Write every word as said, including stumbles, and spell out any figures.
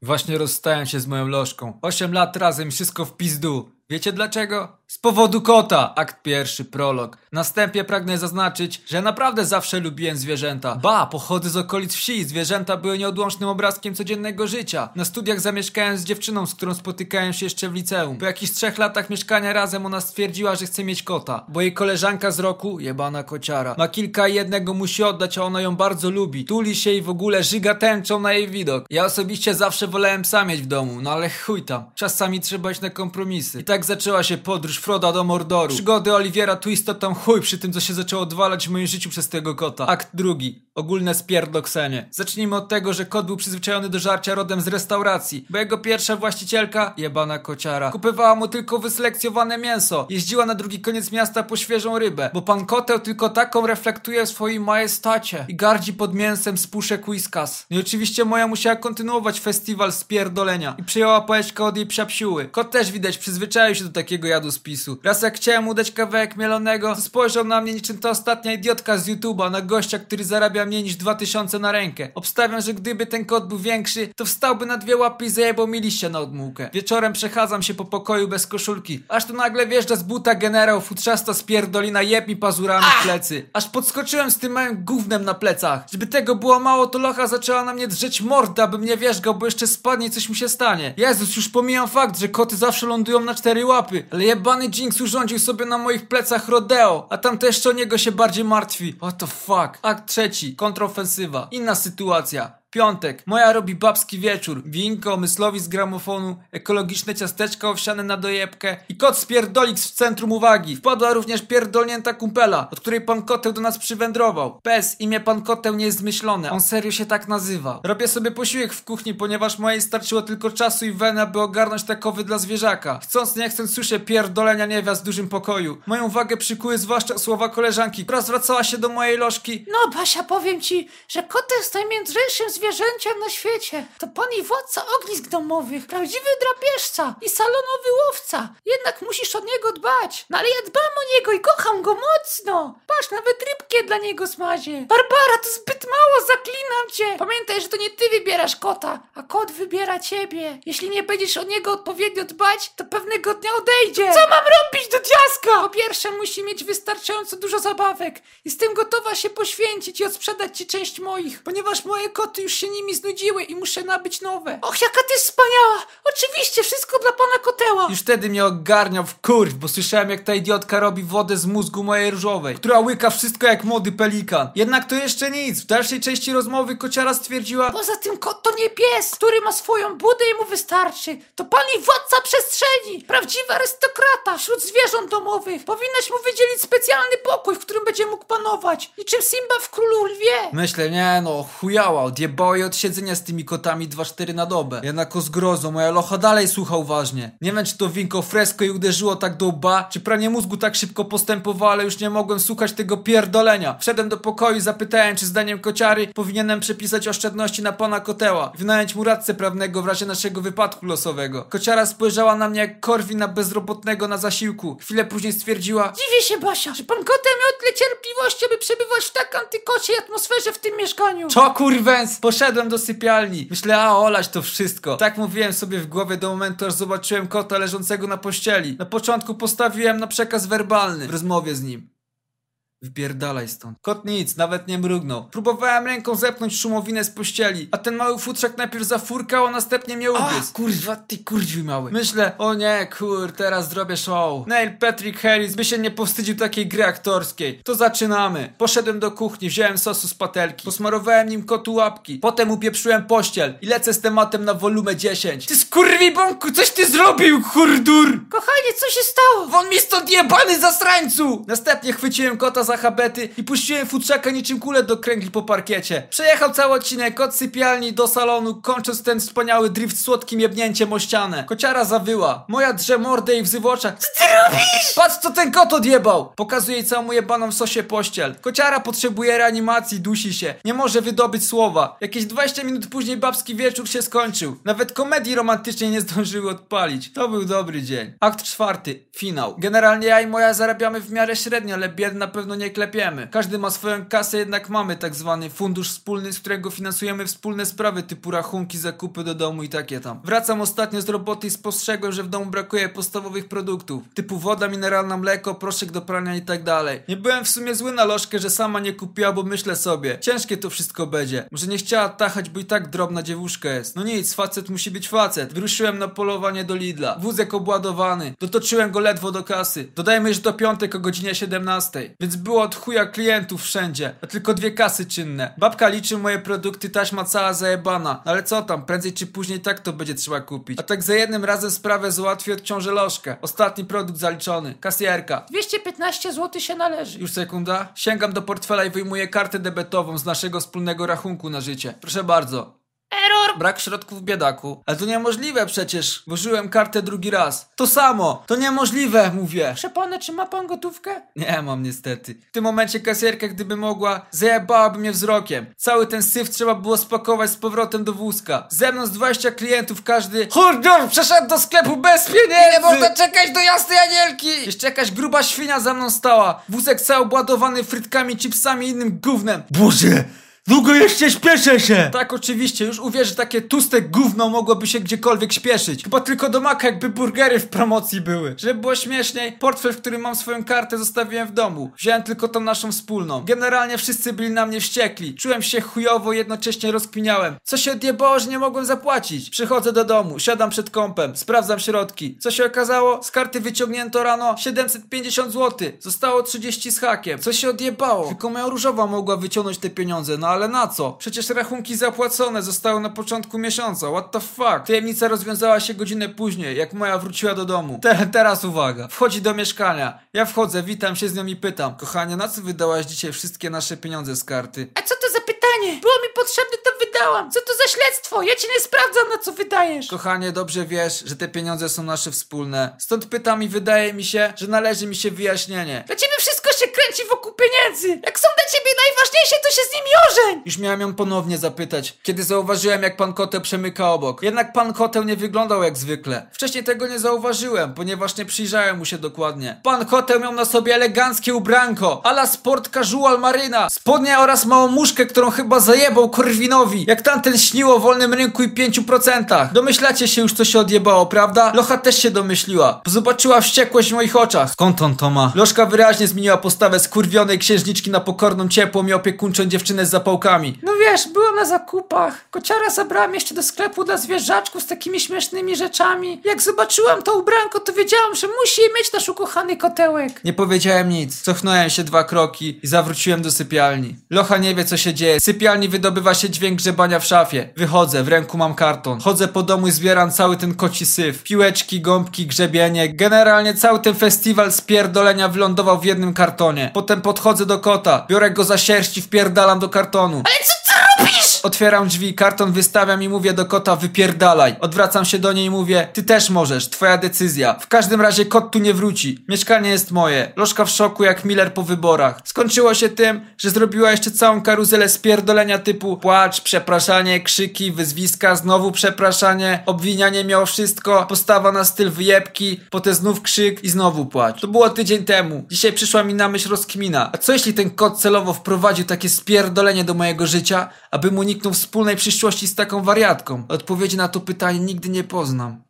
Właśnie rozstałem się z moją lożką. Osiem lat razem, wszystko w pizdu. Wiecie dlaczego? Z powodu kota! Akt pierwszy, prolog. Na wstępie pragnę zaznaczyć, że naprawdę zawsze lubiłem zwierzęta. Ba, pochodzę z okolic wsi i zwierzęta były nieodłącznym obrazkiem codziennego życia. Na studiach zamieszkałem z dziewczyną, z którą spotykałem się jeszcze w liceum. Po jakichś trzech latach mieszkania razem ona stwierdziła, że chce mieć kota. Bo jej koleżanka z roku, jebana kociara, ma kilka i jednego musi oddać, a ona ją bardzo lubi. Tuli się i w ogóle żyga tęczą na jej widok. Ja osobiście zawsze wolałem psa mieć w domu, no ale chuj tam. Czasami trzeba iść na kompromisy. I tak zaczęła się podróż Froda do Mordoru. Przygody Oliwiera Twista tam chuj przy tym, co się zaczęło odwalać w moim życiu przez tego kota. Akt drugi. Ogólne spierdloksenie. Zacznijmy od tego, że kot był przyzwyczajony do żarcia rodem z restauracji, bo jego pierwsza właścicielka, jebana kociara, kupywała mu tylko wyselekcjonowane mięso. Jeździła na drugi koniec miasta po świeżą rybę, bo pan koteł tylko taką reflektuje w swoim majestacie i gardzi pod mięsem z puszek Whiskas. No i oczywiście moja musiała kontynuować festiwal spierdolenia i przyjęła pałeczkę od jej psiapsiuły. Kot też widać przyzwyczaił się do takiego jadu spisu. Raz jak chciałem mu dać kawałek mielonego, to spojrzał na mnie niczym ta ostatnia idiotka z YouTube'a na gościa, który zarabia mniej niż dwa tysiące na rękę. Obstawiam, że gdyby ten kot był większy, to wstałby na dwie łapy i zajebał mi liście na odmułkę. Wieczorem przechadzam się po pokoju bez koszulki, aż tu nagle wjeżdża z buta generał futrzasta spierdolina, jeb mi pazurami w plecy. Aż podskoczyłem z tym małym gównem na plecach. Żeby tego było mało, to locha zaczęła na mnie drzeć mordę, aby mnie wierzgał, bo jeszcze spadnie i coś mu się stanie. Jezus, już pomijam fakt, że koty zawsze lądują na cztery łapy, ale jebany Jinx urządził sobie na moich plecach rodeo, a tam też o niego się bardziej martwi. What the fuck? Akt trzeci. Kontrofensywa. Inna sytuacja. Piątek. Moja robi babski wieczór. Winko, myslowi z gramofonu, ekologiczne ciasteczka owsiane na dojebkę i kot spierdolix w centrum uwagi. Wpadła również pierdolnięta kumpela, od której pan koteł do nas przywędrował. Pes, imię pan koteł nie jest zmyślone. On serio się tak nazywa. Robię sobie posiłek w kuchni, ponieważ mojej starczyło tylko czasu i weny, aby ogarnąć takowy dla zwierzaka. Chcąc nie chcąc słyszę pierdolenia niewiast w dużym pokoju. Moją uwagę przykuły zwłaszcza słowa koleżanki, która zwracała się do mojej lożki. No Basia, powiem ci, że kot jest najmędrzejszym zwierzęciem na świecie. To pan i władca ognisk domowych, prawdziwy drapieżca i salonowy łowca. Jednak musisz o niego dbać. No ale ja dbam o niego i kocham go mocno. Patrz, nawet rybkę dla niego smażę. Barbara, to zbyt mało, zaklinam cię. Pamiętaj, że to nie ty wybierasz kota, a kot wybiera ciebie. Jeśli nie będziesz o niego odpowiednio dbać, to pewnego dnia odejdzie. Co mam robić do dziaska? Po pierwsze, musi mieć wystarczająco dużo zabawek. Jestem gotowa się poświęcić i odsprzedać ci część moich, ponieważ moje koty już się nimi znudziły i muszę nabyć nowe. Och, jaka ty wspaniała! Oczywiście, wszystko dla pana koteła. Już wtedy mnie ogarniał w kurw, bo słyszałem jak ta idiotka robi wodę z mózgu mojej różowej, która łyka wszystko jak młody pelikan. Jednak to jeszcze nic. W dalszej części rozmowy kociara stwierdziła: poza tym kot to nie pies, który ma swoją budę i mu wystarczy. To pan i władca przestrzeni. Prawdziwy arystokrata wśród zwierząt domowych. Powinnaś mu wydzielić specjalny pokój, w którym będzie mógł panować. Niczym Simba w Królu Lwie. Myślę, nie no, chujała, odjebała jej od siedzenia z tymi kotami dwa cztery na dobę. Jednak o zgrozo, moja locha dalej słucha uważnie. Nie wiem, czy to winko fresko i uderzyło tak do łba, czy pranie mózgu tak szybko postępowało, ale już nie mogłem słuchać tego pierdolenia. Wszedłem do pokoju i zapytałem, czy zdaniem kociary powinienem przepisać oszczędności na pana koteła i wynająć mu radcę prawnego w razie naszego wypadku losowego. Kociara spojrzała na mnie jak korwi na bezrobotnego na zasiłku. Chwilę później stwierdziła: dziwię się, Basia, że pan kotem miał tyle cierpliwości, aby przebywać w tak antykociej atmosferze w tym mieszkaniu. Co kurwens? Poszedłem do sypialni. Myślę, a olać to wszystko. Tak mówiłem sobie w głowie do momentu, aż zobaczyłem kota leżącego na pościeli. Na początku postawiłem na przekaz werbalny w rozmowie z nim. Wypierdalaj stąd. Kot nic, nawet nie mrugnął. Próbowałem ręką zepchnąć szumowinę z pościeli, a ten mały futrzak najpierw zafurkał, a następnie mnie ugryzł. Kurwa, ty kurdziu mały. Myślę, o nie, kur, teraz zrobię show. Neil Patrick Harris by się nie powstydził takiej gry aktorskiej. To zaczynamy. Poszedłem do kuchni, wziąłem sosu z patelki, posmarowałem nim kotu łapki, potem upieprzyłem pościel i lecę z tematem na wolumę dziesięć. Ty skurwibąku, coś ty zrobił, kurdur! Kochanie, co się stało? Won mi stąd jebany zasrańcu! Następnie chwyciłem kota za habety i puściłem futrzaka niczym kulę do kręgli po parkiecie. Przejechał cały odcinek od sypialni do salonu, kończąc ten wspaniały drift słodkim jebnięciem o ścianę. Kociara zawyła. Moja drze mordę i wzywocza. Co ty robisz? Patrz, co ten kot odjebał! Pokazuje jej całą jebaną w sosie pościel. Kociara potrzebuje reanimacji, dusi się. Nie może wydobyć słowa. Jakieś dwadzieścia minut później babski wieczór się skończył. Nawet komedii romantycznej nie zdążyły odpalić. To był dobry dzień. Akt czwarty. Finał. Generalnie ja i moja zarabiamy w miarę średnio, ale biedna pewno nie nie klepiemy. Każdy ma swoją kasę, jednak mamy tak zwany fundusz wspólny, z którego finansujemy wspólne sprawy typu rachunki, zakupy do domu i takie tam. Wracam ostatnio z roboty i spostrzegłem, że w domu brakuje podstawowych produktów typu woda mineralna, mleko, proszek do prania i tak dalej. Nie byłem w sumie zły na Lożkę, że sama nie kupiła, bo myślę sobie, ciężkie to wszystko będzie. Może nie chciała tachać, bo i tak drobna dziewuszka jest. No nic, facet musi być facet. Wyruszyłem na polowanie do Lidla. Wózek obładowany. Dotoczyłem go ledwo do kasy. Dodajmy, że do piątek o godzinie siedemnastej. Więc było od chuja klientów wszędzie. A tylko dwie kasy czynne. Babka liczy moje produkty, taśma cała zajebana. No ale co tam, prędzej czy później tak to będzie trzeba kupić. A tak za jednym razem sprawę załatwi, odciążę Lożkę. Ostatni produkt zaliczony. Kasjerka. dwieście piętnaście złotych się należy. Już sekunda. Sięgam do portfela i wyjmuję kartę debetową z naszego wspólnego rachunku na życie. Proszę bardzo. Error! Brak środków, biedaku. Ale to niemożliwe przecież. Włożyłem kartę drugi raz. To samo. To niemożliwe, mówię. Proszę pana, czy ma pan gotówkę? Nie mam niestety. W tym momencie kasjerka, gdyby mogła, zajebałaby mnie wzrokiem. Cały ten syf trzeba było spakować z powrotem do wózka. Ze mną z dwudziestu klientów każdy Hurdur przeszedł do sklepu bez pieniędzy. Nie można czekać do jasnej anielki. Jeszcze jakaś gruba świnia za mną stała. Wózek cały obładowany frytkami, chipsami i innym gównem. Boże! Długo jeszcze śpieszę się! Tak, oczywiście, już uwierzę, że takie tłuste gówno mogłoby się gdziekolwiek śpieszyć. Chyba tylko do Maka, jakby burgery w promocji były. Żeby było śmieszniej, portfel, w którym mam swoją kartę, zostawiłem w domu. Wziąłem tylko tą naszą wspólną. Generalnie wszyscy byli na mnie wściekli. Czułem się chujowo, jednocześnie rozkminiałem. Co się odjebało, że nie mogłem zapłacić? Przychodzę do domu, siadam przed kompem, sprawdzam środki. Co się okazało? Z karty wyciągnięto rano siedemset pięćdziesiąt złotych. Zostało trzydzieści z hakiem. Co się odjebało? Tylko moja różowa mogła wyciągnąć te pieniądze, no ale na co? Przecież rachunki zapłacone zostały na początku miesiąca. What the fuck? Tajemnica rozwiązała się godzinę później, jak moja wróciła do domu. Te, teraz uwaga. Wchodzi do mieszkania. Ja wchodzę, witam się z nią i pytam. Kochanie, na co wydałaś dzisiaj wszystkie nasze pieniądze z karty? A co to za pytanie? Było mi potrzebne, to wydałam. Co to za śledztwo? Ja ci nie sprawdzam, na co wydajesz. Kochanie, dobrze wiesz, że te pieniądze są nasze wspólne. Stąd pytam i wydaje mi się, że należy mi się wyjaśnienie. Dla ciebie wszystko się kręci wokół pieniędzy. Jak są dla ciebie najważniejsze, to się z nimi ożeń. Już miałem ją ponownie zapytać, kiedy zauważyłem, jak pan Koteł przemyka obok. Jednak pan Koteł nie wyglądał jak zwykle. Wcześniej tego nie zauważyłem, ponieważ nie przyjrzałem mu się dokładnie. Pan Koteł miał na sobie eleganckie ubranko, a la sport casual maryna, spodnie oraz małą muszkę, którą chyba zajebał Korwinowi, jak tamten śnił o wolnym rynku i pięciu procentach. Domyślacie się już, co się odjebało, prawda? Locha też się domyśliła. Zobaczyła wściekłość w moich oczach. Skąd on to ma? Lożka wyraźnie zmieniła postawę skurwionej księżniczki na pokorną, ciepłą i opiekuńczą dziewczynę z zapałkami. No wiesz, byłam na zakupach. Kociara zabrałam jeszcze do sklepu dla zwierzaczków z takimi śmiesznymi rzeczami. Jak zobaczyłam to ubranko, to wiedziałam, że musi je mieć nasz ukochany kotełek. Nie powiedziałem nic. Cofnąłem się dwa kroki i zawróciłem do sypialni. Locha nie wie, co się dzieje. Z sypialni wydobywa się dźwięk grzebania w szafie. Wychodzę, w ręku mam karton. Chodzę po domu i zbieram cały ten koci syf. Piłeczki, gąbki, grzebienie. Generalnie cały ten festiwal spierdolenia wylądował w jednym kartonie. Potem podchodzę do kota. Biorę go za sierść i wpierdalam do kartonu. Ale co ty robisz? Otwieram drzwi, karton wystawiam i mówię do kota: wypierdalaj. Odwracam się do niej i mówię: ty też możesz, twoja decyzja. W każdym razie kot tu nie wróci. Mieszkanie jest moje. Lożka w szoku jak Miller po wyborach. Skończyło się tym, że zrobiła jeszcze całą karuzelę spierdolenia typu płacz, przepraszanie, krzyki, wyzwiska, znowu przepraszanie, obwinianie miało wszystko, postawa na styl wyjebki, potem znów krzyk i znowu płacz. To było tydzień temu. Dzisiaj przyszła mi na myśl rozkmina. A co jeśli ten kot celowo wprowadził takie spierdolenie do mojego życia, aby mu uniknął wspólnej przyszłości z taką wariatką? Odpowiedzi na to pytanie nigdy nie poznam.